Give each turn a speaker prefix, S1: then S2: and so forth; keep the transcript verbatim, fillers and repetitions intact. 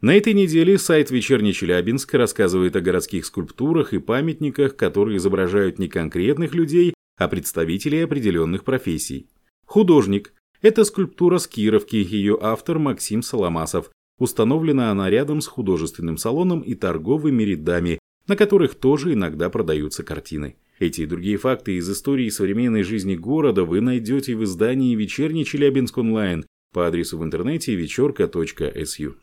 S1: На этой неделе сайт «Вечерний Челябинск» рассказывает о городских скульптурах и памятниках, которые изображают не конкретных людей, а представителей определенных профессий. Художник. Это скульптура с Кировки, ее автор Максим Соломасов. Установлена она рядом с художественным салоном и торговыми рядами, на которых тоже иногда продаются картины. Эти и другие факты из истории современной жизни города вы найдете в издании «Вечерний Челябинск онлайн» по адресу в интернете вечерка точка эс ю.